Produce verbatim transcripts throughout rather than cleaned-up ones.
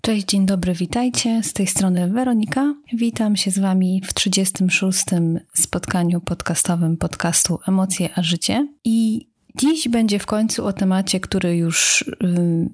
Cześć, dzień dobry, witajcie. Z tej strony Weronika. Witam się z Wami w trzydziestym szóstym spotkaniu podcastowym podcastu Emocje a Życie. I dziś będzie w końcu o temacie, który już yy,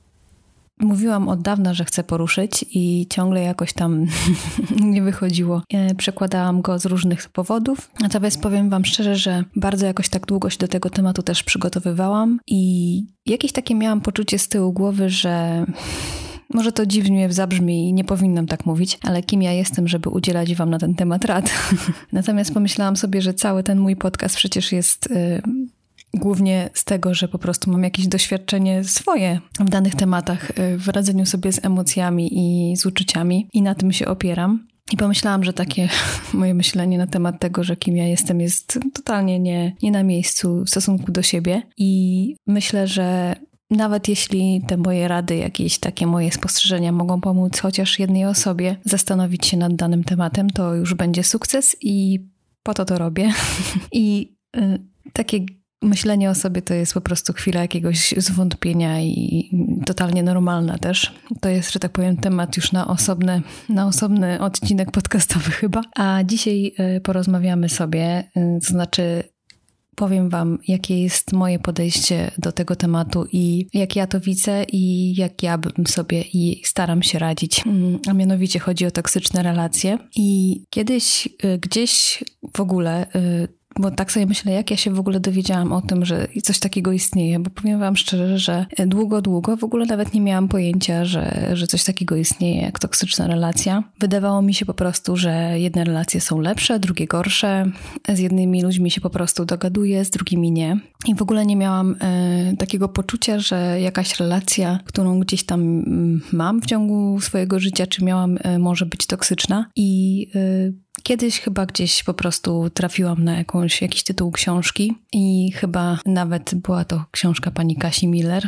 mówiłam od dawna, że chcę poruszyć i ciągle jakoś tam nie wychodziło. Yy, przekładałam go z różnych powodów. Natomiast powiem Wam szczerze, że bardzo jakoś tak długo się do tego tematu też przygotowywałam i jakieś takie miałam poczucie z tyłu głowy, że... Może to dziwnie zabrzmi i nie powinnam tak mówić, ale kim ja jestem, żeby udzielać Wam na ten temat rad. Natomiast pomyślałam sobie, że cały ten mój podcast przecież jest y, głównie z tego, że po prostu mam jakieś doświadczenie swoje w danych tematach, y, w radzeniu sobie z emocjami i z uczuciami i na tym się opieram. I pomyślałam, że takie moje myślenie na temat tego, że kim ja jestem, jest totalnie nie, nie na miejscu w stosunku do siebie. I myślę, że nawet jeśli te moje rady, jakieś takie moje spostrzeżenia mogą pomóc chociaż jednej osobie zastanowić się nad danym tematem, to już będzie sukces i po to to robię. I y, takie myślenie o sobie to jest po prostu chwila jakiegoś zwątpienia i totalnie normalna też. To jest, że tak powiem, temat już na osobne, na osobny odcinek podcastowy chyba. A dzisiaj y, porozmawiamy sobie, y, to znaczy... Powiem Wam, jakie jest moje podejście do tego tematu i jak ja to widzę i jak ja bym sobie i staram się radzić. A mianowicie chodzi o toksyczne relacje. I kiedyś gdzieś w ogóle... Bo tak sobie myślę, jak ja się w ogóle dowiedziałam o tym, że coś takiego istnieje, bo powiem Wam szczerze, że długo, długo w ogóle nawet nie miałam pojęcia, że, że coś takiego istnieje jak toksyczna relacja. Wydawało mi się po prostu, że jedne relacje są lepsze, drugie gorsze. Z jednymi ludźmi się po prostu dogaduję, z drugimi nie. I w ogóle nie miałam e, takiego poczucia, że jakaś relacja, którą gdzieś tam mam w ciągu swojego życia, czy miałam, e, może być toksyczna. I e, Kiedyś chyba gdzieś po prostu trafiłam na jakąś, jakiś tytuł książki i chyba nawet była to książka pani Kasi Miller,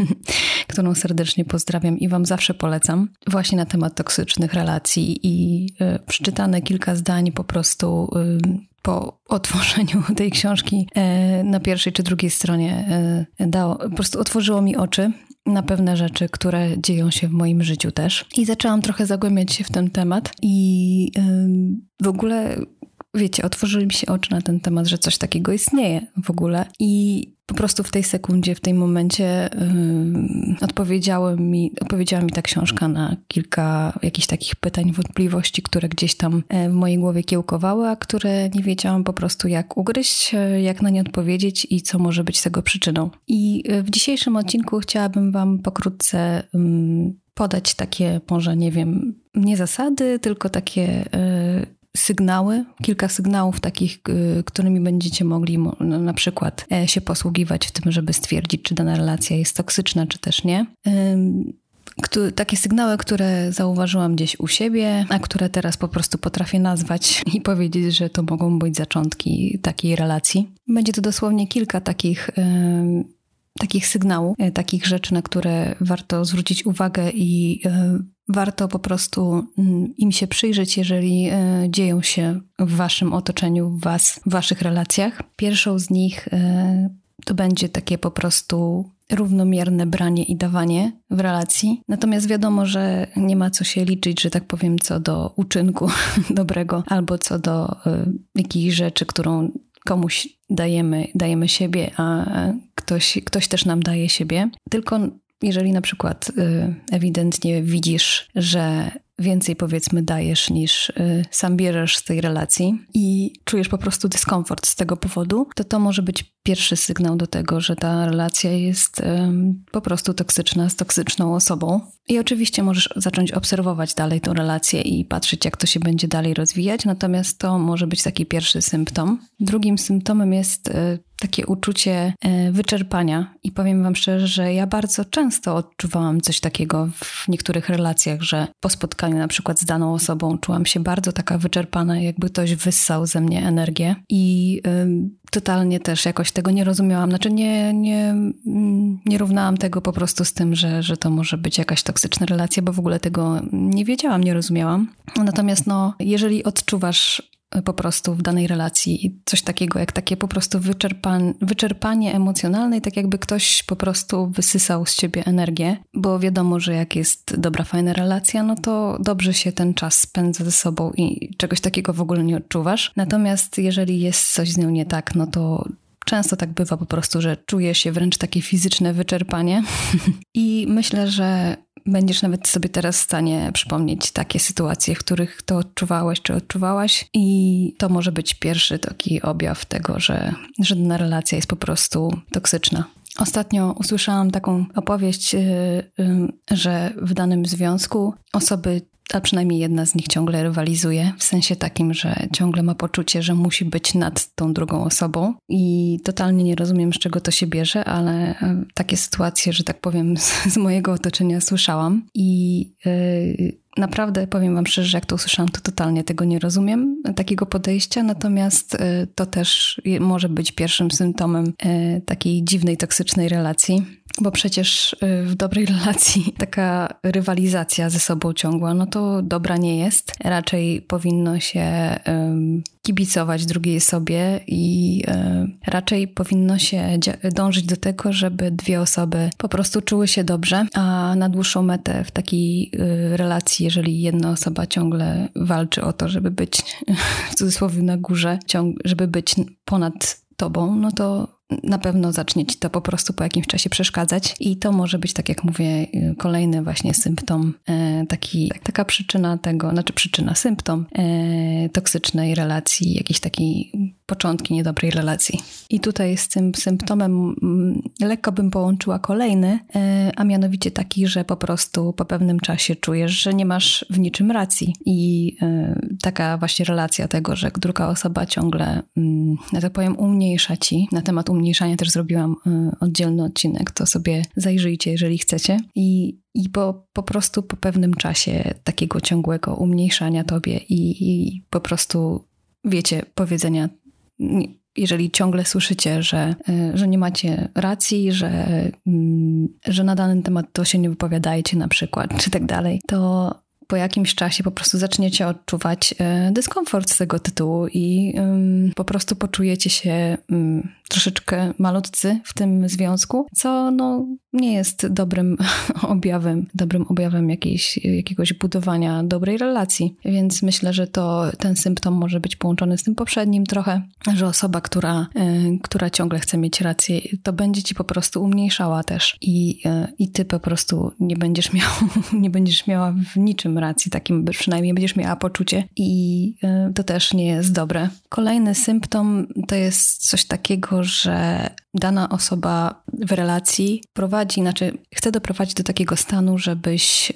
którą serdecznie pozdrawiam i Wam zawsze polecam, właśnie na temat toksycznych relacji i y, przeczytane kilka zdań po prostu... Y, po otworzeniu tej książki y, na pierwszej czy drugiej stronie y, dało, po prostu otworzyło mi oczy na pewne rzeczy, które dzieją się w moim życiu też. I zaczęłam trochę zagłębiać się w ten temat i yy, w ogóle, wiecie, otworzyły mi się oczy na ten temat, że coś takiego istnieje w ogóle. I po prostu w tej sekundzie, w tym momencie yy, odpowiedziała mi, odpowiedziała mi ta książka na kilka jakichś takich pytań, wątpliwości, które gdzieś tam w mojej głowie kiełkowały, a które nie wiedziałam po prostu jak ugryźć, jak na nie odpowiedzieć i co może być tego przyczyną. I w dzisiejszym odcinku chciałabym Wam pokrótce yy, podać takie, może nie wiem, nie zasady, tylko takie... Yy, sygnały, kilka sygnałów takich, którymi będziecie mogli na przykład się posługiwać w tym, żeby stwierdzić, czy dana relacja jest toksyczna, czy też nie. Takie sygnały, które zauważyłam gdzieś u siebie, a które teraz po prostu potrafię nazwać i powiedzieć, że to mogą być zaczątki takiej relacji. Będzie to dosłownie kilka takich takich sygnałów, takich rzeczy, na które warto zwrócić uwagę i warto po prostu im się przyjrzeć, jeżeli dzieją się w waszym otoczeniu, w was, w waszych relacjach. Pierwszą z nich to będzie takie po prostu równomierne branie i dawanie w relacji. Natomiast wiadomo, że nie ma co się liczyć, że tak powiem, co do uczynku dobrego albo co do jakiejś rzeczy, którą komuś dajemy, dajemy siebie, a ktoś, ktoś też nam daje siebie. Tylko jeżeli na przykład y, ewidentnie widzisz, że więcej powiedzmy dajesz niż y, sam bierzesz z tej relacji i czujesz po prostu dyskomfort z tego powodu, to to może być pierwszy sygnał do tego, że ta relacja jest y, po prostu toksyczna z toksyczną osobą. I oczywiście możesz zacząć obserwować dalej tą relację i patrzeć, jak to się będzie dalej rozwijać, natomiast to może być taki pierwszy symptom. Drugim symptomem jest y, takie uczucie y, wyczerpania i powiem Wam szczerze, że ja bardzo często odczuwałam coś takiego w niektórych relacjach, że po spotkaniu na przykład z daną osobą czułam się bardzo taka wyczerpana, jakby ktoś wyssał ze mnie energię i y, totalnie też jakoś tego nie rozumiałam. Znaczy nie, nie, nie równałam tego po prostu z tym, że, że to może być jakaś toksyczna relacja, bo w ogóle tego nie wiedziałam, nie rozumiałam. Natomiast no, jeżeli odczuwasz po prostu w danej relacji. Coś takiego jak takie po prostu wyczerpan- wyczerpanie emocjonalne i tak jakby ktoś po prostu wysysał z ciebie energię, bo wiadomo, że jak jest dobra, fajna relacja, no to dobrze się ten czas spędza ze sobą i czegoś takiego w ogóle nie odczuwasz. Natomiast jeżeli jest coś z nią nie tak, no to często tak bywa po prostu, że czuje się wręcz takie fizyczne wyczerpanie i myślę, że będziesz nawet sobie teraz w stanie przypomnieć takie sytuacje, w których to odczuwałeś czy odczuwałaś i to może być pierwszy taki objaw tego, że, że dana relacja jest po prostu toksyczna. Ostatnio usłyszałam taką opowieść, yy, yy, że w danym związku osoby, a przynajmniej jedna z nich ciągle rywalizuje, w sensie takim, że ciągle ma poczucie, że musi być nad tą drugą osobą i totalnie nie rozumiem, z czego to się bierze, ale takie sytuacje, że tak powiem, z, z mojego otoczenia słyszałam i yy, naprawdę powiem wam szczerze, że jak to usłyszałam, to totalnie tego nie rozumiem, takiego podejścia, natomiast yy, to też może być pierwszym symptomem yy, takiej dziwnej, toksycznej relacji. Bo przecież w dobrej relacji taka rywalizacja ze sobą ciągła, no to dobra nie jest. Raczej powinno się um, kibicować drugiej osobie i um, raczej powinno się dzia- dążyć do tego, żeby dwie osoby po prostu czuły się dobrze, a na dłuższą metę w takiej y, relacji, jeżeli jedna osoba ciągle walczy o to, żeby być w cudzysłowie na górze, ciąg- żeby być ponad tobą, no to na pewno zacznie ci to po prostu po jakimś czasie przeszkadzać i to może być, tak jak mówię, kolejny właśnie symptom, taki, taka przyczyna tego, znaczy przyczyna, symptom e, toksycznej relacji, jakiejś takiej początki niedobrej relacji. I tutaj z tym symptomem m, lekko bym połączyła kolejny, e, a mianowicie taki, że po prostu po pewnym czasie czujesz, że nie masz w niczym racji i e, taka właśnie relacja tego, że druga osoba ciągle, m, ja tak powiem, umniejsza ci. Na temat umniejszania też zrobiłam e, oddzielny odcinek, to sobie zajrzyjcie, jeżeli chcecie. I I po, po prostu po pewnym czasie takiego ciągłego umniejszania tobie i, i po prostu wiecie, powiedzenia, jeżeli ciągle słyszycie, że, że nie macie racji, że, że na dany temat to się nie wypowiadajcie na przykład, czy tak dalej, to po jakimś czasie po prostu zaczniecie odczuwać dyskomfort z tego tytułu i um, po prostu poczujecie się um, troszeczkę malutcy w tym związku, co no nie jest dobrym objawem, dobrym objawem jakiejś, jakiegoś budowania dobrej relacji. Więc myślę, że to ten symptom może być połączony z tym poprzednim trochę, że osoba, która, y, która ciągle chce mieć rację, to będzie ci po prostu umniejszała też i, y, i ty po prostu nie będziesz miał, nie będziesz miała w niczym racji, takim przynajmniej będziesz miała poczucie i y, to też nie jest dobre. Kolejny symptom to jest coś takiego, że dana osoba w relacji prowadzi, znaczy chce doprowadzić do takiego stanu, żebyś,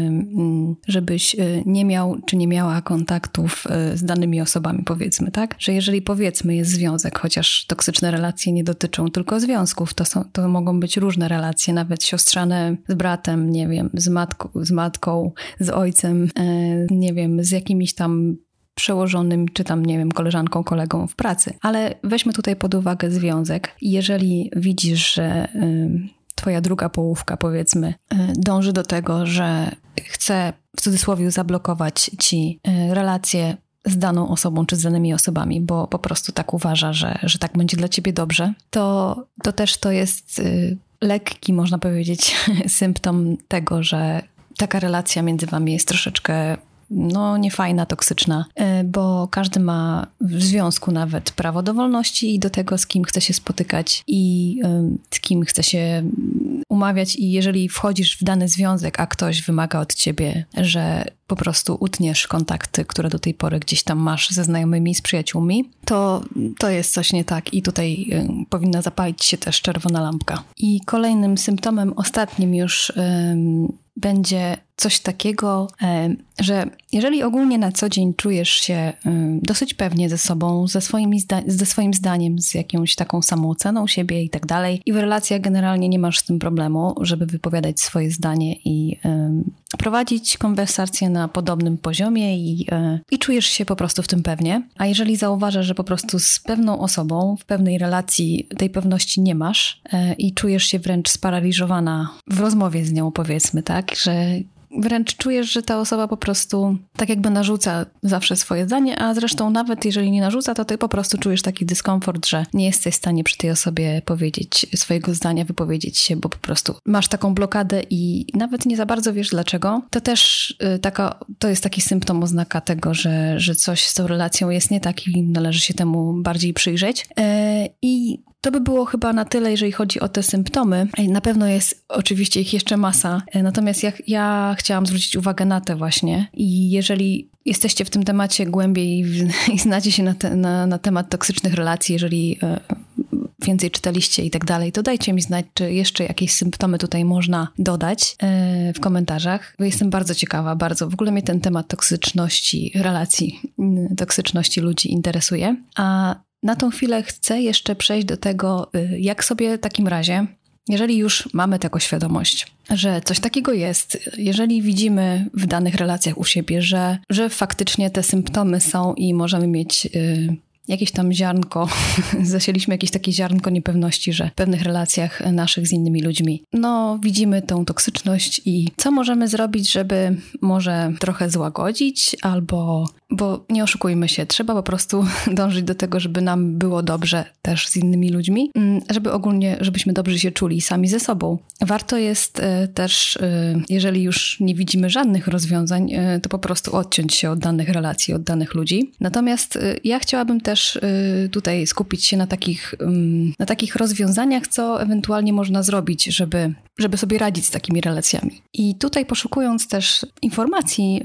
żebyś nie miał czy nie miała kontaktów z danymi osobami, powiedzmy, tak? Że jeżeli powiedzmy jest związek, chociaż toksyczne relacje nie dotyczą tylko związków, to, są, to mogą być różne relacje, nawet siostrzane z bratem, nie wiem, z matką, z matką, z ojcem, nie wiem, z jakimiś tam przełożonym, czy tam, nie wiem, koleżanką, kolegą w pracy. Ale weźmy tutaj pod uwagę związek. Jeżeli widzisz, że y, twoja druga połówka, powiedzmy, y, dąży do tego, że chce w cudzysłowie zablokować ci y, relacje z daną osobą, czy z danymi osobami, bo po prostu tak uważa, że, że tak będzie dla ciebie dobrze, to, to też to jest y, lekki, można powiedzieć, symptom tego, że taka relacja między wami jest troszeczkę no niefajna, toksyczna, bo każdy ma w związku nawet prawo do wolności i do tego, z kim chce się spotykać i z kim chce się umawiać i jeżeli wchodzisz w dany związek, a ktoś wymaga od ciebie, że po prostu utniesz kontakty, które do tej pory gdzieś tam masz ze znajomymi, z przyjaciółmi, to to jest coś nie tak i tutaj powinna zapalić się też czerwona lampka. I kolejnym symptomem, ostatnim już ym, będzie coś takiego, że jeżeli ogólnie na co dzień czujesz się dosyć pewnie ze sobą, ze swoim, zda- ze swoim zdaniem, z jakąś taką samooceną siebie i tak dalej i w relacjach generalnie nie masz z tym problemu, żeby wypowiadać swoje zdanie i um, prowadzić konwersację na podobnym poziomie i, um, i czujesz się po prostu w tym pewnie, a jeżeli zauważasz, że po prostu z pewną osobą w pewnej relacji tej pewności nie masz um, i czujesz się wręcz sparaliżowana w rozmowie z nią, powiedzmy, tak, że wręcz czujesz, że ta osoba po prostu tak jakby narzuca zawsze swoje zdanie, a zresztą nawet jeżeli nie narzuca, to ty po prostu czujesz taki dyskomfort, że nie jesteś w stanie przy tej osobie powiedzieć swojego zdania, wypowiedzieć się, bo po prostu masz taką blokadę i nawet nie za bardzo wiesz dlaczego. To też y, taka, to jest taki symptom, oznaka tego, że, że coś z tą relacją jest nie tak i należy się temu bardziej przyjrzeć. E, I to by było chyba na tyle, jeżeli chodzi o te symptomy. Na pewno jest oczywiście ich jeszcze masa, natomiast ja, ja chciałam zwrócić uwagę na te właśnie i jeżeli jesteście w tym temacie głębiej i znacie się na, te, na, na temat toksycznych relacji, jeżeli więcej czytaliście i tak dalej, to dajcie mi znać, czy jeszcze jakieś symptomy tutaj można dodać w komentarzach, bo jestem bardzo ciekawa, bardzo. W ogóle mnie ten temat toksyczności relacji, toksyczności ludzi interesuje. A na tą chwilę chcę jeszcze przejść do tego, jak sobie w takim razie, jeżeli już mamy tego świadomość, że coś takiego jest, jeżeli widzimy w danych relacjach u siebie, że, że faktycznie te symptomy są i możemy mieć yy, jakieś tam ziarnko, zasieliśmy jakieś takie ziarnko niepewności, że w pewnych relacjach naszych z innymi ludźmi, no widzimy tą toksyczność i co możemy zrobić, żeby może trochę złagodzić albo, bo nie oszukujmy się, trzeba po prostu dążyć do tego, żeby nam było dobrze też z innymi ludźmi, żeby ogólnie, żebyśmy dobrze się czuli sami ze sobą. Warto jest też, jeżeli już nie widzimy żadnych rozwiązań, to po prostu odciąć się od danych relacji, od danych ludzi. Natomiast ja chciałabym też tutaj skupić się na takich, na takich rozwiązaniach, co ewentualnie można zrobić, żeby, żeby sobie radzić z takimi relacjami. I tutaj poszukując też informacji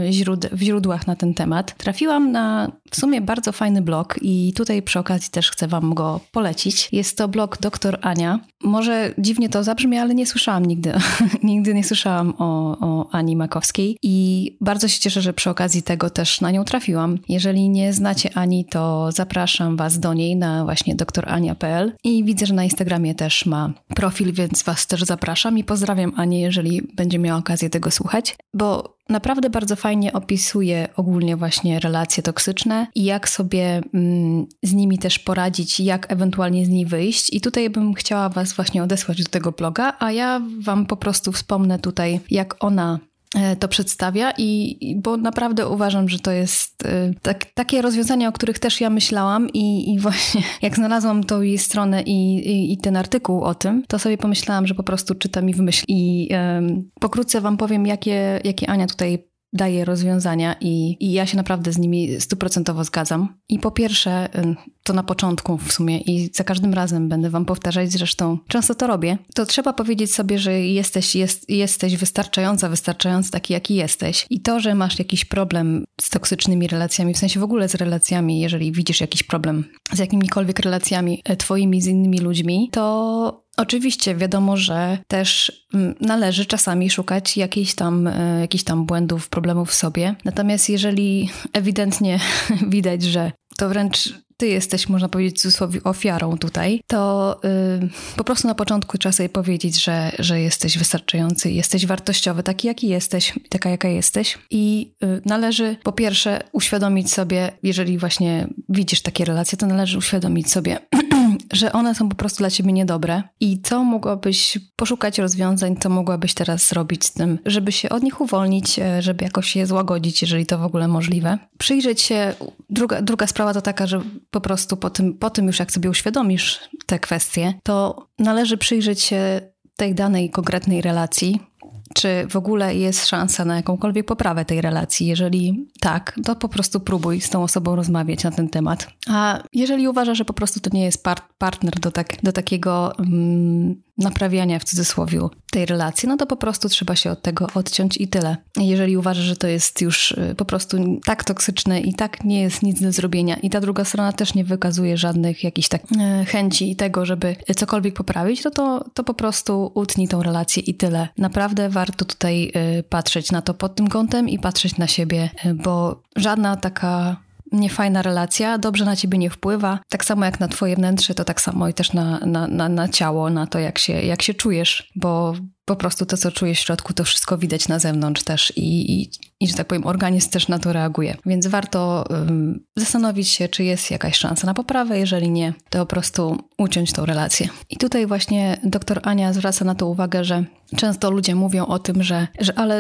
w źródłach na ten temat, trafiłam na w sumie bardzo fajny blog i tutaj przy okazji też chcę wam go polecić. Jest to blog doktor Ania. Może dziwnie to zabrzmi, ale nie słyszałam nigdy, nigdy nie słyszałam o, o Ani Makowskiej i bardzo się cieszę, że przy okazji tego też na nią trafiłam. Jeżeli nie znacie Ani, to zapraszam was do niej na właśnie doktor ania kropka p l i widzę, że na Instagramie też ma profil, więc was też zapraszam i pozdrawiam Anię, jeżeli będzie miała okazję tego słuchać, bo naprawdę bardzo fajnie opisuje ogólnie właśnie relacje toksyczne i jak sobie mm, z nimi też poradzić, jak ewentualnie z nich wyjść. I tutaj bym chciała was właśnie odesłać do tego bloga, a ja wam po prostu wspomnę tutaj, jak ona to przedstawia i, i bo naprawdę uważam, że to jest y, tak, takie rozwiązania, o których też ja myślałam i, i właśnie jak znalazłam tą jej stronę i, i, i ten artykuł o tym, to sobie pomyślałam, że po prostu czytam i wymyślam. I y, pokrótce wam powiem, jakie, jakie Ania tutaj daje rozwiązania i, i ja się naprawdę z nimi stuprocentowo zgadzam. I po pierwsze, to na początku w sumie i za każdym razem będę wam powtarzać, zresztą często to robię, to trzeba powiedzieć sobie, że jesteś, jest, jesteś wystarczająca, wystarczający taki, jaki jesteś. I to, że masz jakiś problem z toksycznymi relacjami, w sensie w ogóle z relacjami, jeżeli widzisz jakiś problem z jakimikolwiek relacjami twoimi z innymi ludźmi, to oczywiście wiadomo, że też należy czasami szukać jakichś tam, jakichś tam błędów, problemów w sobie. Natomiast jeżeli ewidentnie widać, że to wręcz ty jesteś, można powiedzieć w cudzysłowie, ofiarą tutaj, to yy, po prostu na początku trzeba sobie powiedzieć, że, że jesteś wystarczający, jesteś wartościowy, taki jaki jesteś, taka jaka jesteś. I yy, należy po pierwsze uświadomić sobie, jeżeli właśnie widzisz takie relacje, to należy uświadomić sobie, że one są po prostu dla ciebie niedobre i co mogłabyś poszukać rozwiązań, co mogłabyś teraz zrobić z tym, żeby się od nich uwolnić, żeby jakoś je złagodzić, jeżeli to w ogóle możliwe. Przyjrzeć się, druga, druga sprawa to taka, że po prostu po tym, po tym już jak sobie uświadomisz te kwestie, to należy przyjrzeć się tej danej konkretnej relacji, czy w ogóle jest szansa na jakąkolwiek poprawę tej relacji. Jeżeli tak, to po prostu próbuj z tą osobą rozmawiać na ten temat. A jeżeli uważasz, że po prostu to nie jest par- partner do, tak, do takiego mm, naprawiania w cudzysłowie tej relacji, no to po prostu trzeba się od tego odciąć i tyle. Jeżeli uważasz, że to jest już y, po prostu tak toksyczne i tak nie jest nic do zrobienia i ta druga strona też nie wykazuje żadnych jakichś tak y, chęci tego, żeby cokolwiek poprawić, to, to to po prostu utnij tą relację i tyle. Naprawdę warto tutaj y, patrzeć na to pod tym kątem i patrzeć na siebie, y, bo żadna taka niefajna relacja dobrze na ciebie nie wpływa. Tak samo jak na twoje wnętrze, to tak samo i też na, na, na, na ciało, na to jak się, jak się czujesz, bo po prostu to, co czujesz w środku, to wszystko widać na zewnątrz też i, i, i że tak powiem, organizm też na to reaguje. Więc warto um, zastanowić się, czy jest jakaś szansa na poprawę. Jeżeli nie, to po prostu uciąć tą relację. I tutaj właśnie doktor Ania zwraca na to uwagę, że często ludzie mówią o tym, że, że ale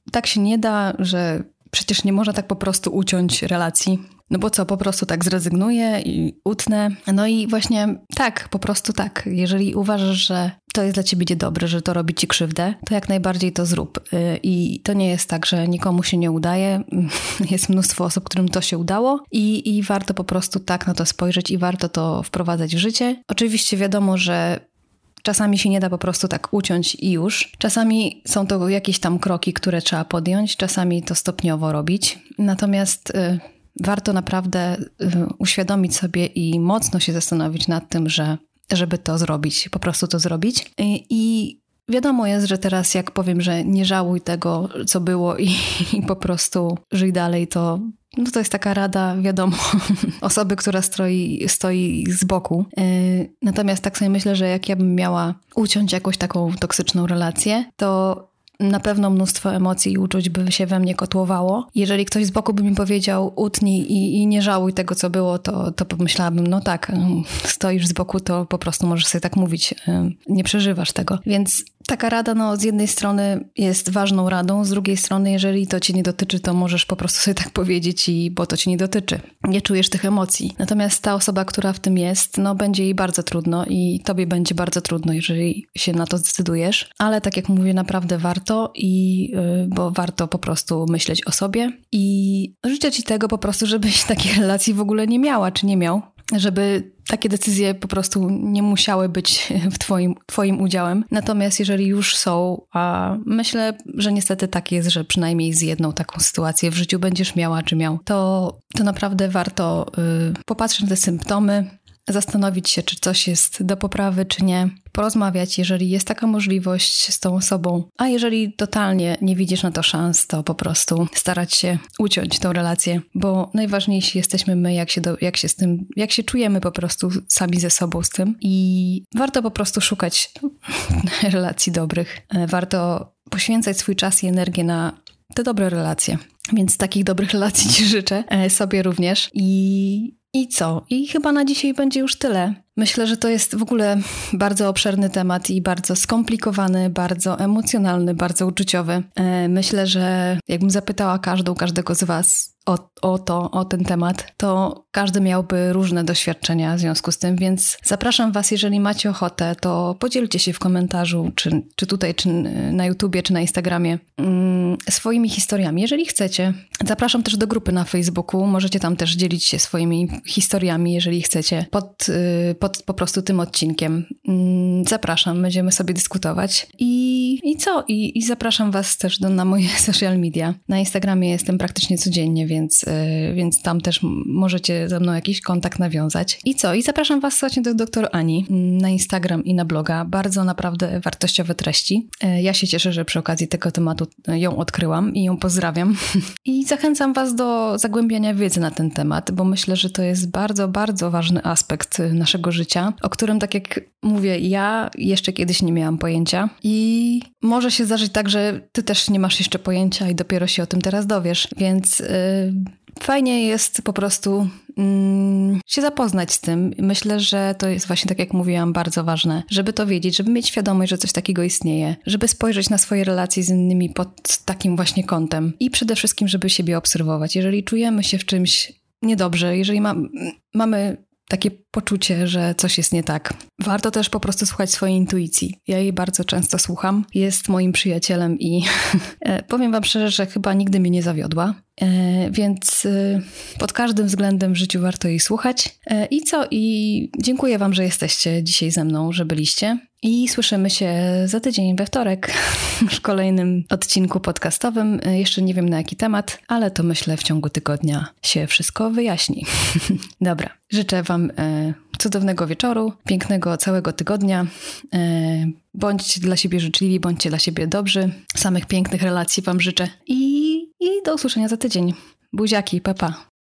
tak się nie da, że przecież nie można tak po prostu uciąć relacji. No bo co, po prostu tak zrezygnuję i utnę. No i właśnie tak, po prostu tak. Jeżeli uważasz, że to jest dla ciebie niedobre, że to robi ci krzywdę, to jak najbardziej to zrób. I to nie jest tak, że nikomu się nie udaje. Jest mnóstwo osób, którym to się udało i, i warto po prostu tak na to spojrzeć i warto to wprowadzać w życie. Oczywiście wiadomo, że czasami się nie da po prostu tak uciąć i już. Czasami są to jakieś tam kroki, które trzeba podjąć, czasami to stopniowo robić. Natomiast y, warto naprawdę y, uświadomić sobie i mocno się zastanowić nad tym, że żeby to zrobić, po prostu to zrobić. I, i wiadomo jest, że teraz jak powiem, że nie żałuj tego, co było i, i po prostu żyj dalej, to no to jest taka rada, wiadomo, osoby, która stoi, stoi z boku. Yy, natomiast tak sobie myślę, że jak ja bym miała uciąć jakąś taką toksyczną relację, to na pewno mnóstwo emocji i uczuć by się we mnie kotłowało. Jeżeli ktoś z boku by mi powiedział utnij i, i nie żałuj tego, co było, to, to pomyślałabym, no tak, stoisz z boku, to po prostu możesz sobie tak mówić, nie przeżywasz tego. Więc taka rada, no z jednej strony jest ważną radą, z drugiej strony, jeżeli to cię nie dotyczy, to możesz po prostu sobie tak powiedzieć, i bo to cię nie dotyczy. Nie czujesz tych emocji. Natomiast ta osoba, która w tym jest, no będzie jej bardzo trudno i tobie będzie bardzo trudno, jeżeli się na to zdecydujesz. Ale tak jak mówię, naprawdę warto, i yy, bo warto po prostu myśleć o sobie i życzę ci tego po prostu, żebyś takich relacji w ogóle nie miała, czy nie miał. Żeby takie decyzje po prostu nie musiały być w twoim, twoim udziałem. Natomiast jeżeli już są, a myślę, że niestety tak jest, że przynajmniej z jedną taką sytuację w życiu będziesz miała czy miał, to, to naprawdę warto y, popatrzeć na te symptomy, zastanowić się, czy coś jest do poprawy, czy nie. Porozmawiać, jeżeli jest taka możliwość z tą osobą. A jeżeli totalnie nie widzisz na to szans, to po prostu starać się uciąć tą relację, bo najważniejsi jesteśmy my, jak się, do, jak się z tym, jak się czujemy po prostu sami ze sobą z tym. I warto po prostu szukać relacji dobrych. Warto poświęcać swój czas i energię na te dobre relacje. Więc takich dobrych relacji ci życzę, sobie również. I I co? I chyba na dzisiaj będzie już tyle. Myślę, że to jest w ogóle bardzo obszerny temat i bardzo skomplikowany, bardzo emocjonalny, bardzo uczuciowy. Myślę, że jakbym zapytała każdą, każdego z was o, o to, o ten temat, to każdy miałby różne doświadczenia w związku z tym, więc zapraszam was, jeżeli macie ochotę, to podzielcie się w komentarzu, czy, czy tutaj, czy na YouTubie, czy na Instagramie mm, swoimi historiami, jeżeli chcecie. Zapraszam też do grupy na Facebooku, możecie tam też dzielić się swoimi historiami, jeżeli chcecie, pod, pod po prostu tym odcinkiem. Zapraszam, będziemy sobie dyskutować. I, i co? I, I zapraszam was też do, na moje social media. Na Instagramie jestem praktycznie codziennie, więc, yy, więc tam też możecie ze mną jakiś kontakt nawiązać. I co? I zapraszam was właśnie do doktor Ani na Instagram i na bloga. Bardzo naprawdę wartościowe treści. Yy, ja się cieszę, że przy okazji tego tematu ją odkryłam i ją pozdrawiam. I zachęcam was do zagłębiania wiedzy na ten temat, bo myślę, że to jest bardzo, bardzo ważny aspekt naszego życia, o którym, tak jak mówię, ja jeszcze kiedyś nie miałam pojęcia i może się zdarzyć tak, że ty też nie masz jeszcze pojęcia i dopiero się o tym teraz dowiesz, więc yy, fajnie jest po prostu yy, się zapoznać z tym. Myślę, że to jest właśnie, tak jak mówiłam, bardzo ważne, żeby to wiedzieć, żeby mieć świadomość, że coś takiego istnieje, żeby spojrzeć na swoje relacje z innymi pod takim właśnie kątem i przede wszystkim, żeby siebie obserwować. Jeżeli czujemy się w czymś niedobrze, jeżeli ma, mamy takie poczucie, że coś jest nie tak. Warto też po prostu słuchać swojej intuicji. Ja jej bardzo często słucham. Jest moim przyjacielem i powiem wam szczerze, że chyba nigdy mnie nie zawiodła. Więc pod każdym względem w życiu warto jej słuchać. I co? I dziękuję wam, że jesteście dzisiaj ze mną, że byliście. I słyszymy się za tydzień we wtorek w kolejnym odcinku podcastowym. Jeszcze nie wiem na jaki temat, ale to myślę w ciągu tygodnia się wszystko wyjaśni. Dobra, życzę wam e, cudownego wieczoru, pięknego całego tygodnia. E, bądźcie dla siebie życzliwi, bądźcie dla siebie dobrzy. Samych pięknych relacji wam życzę i, i do usłyszenia za tydzień. Buziaki, pa pa.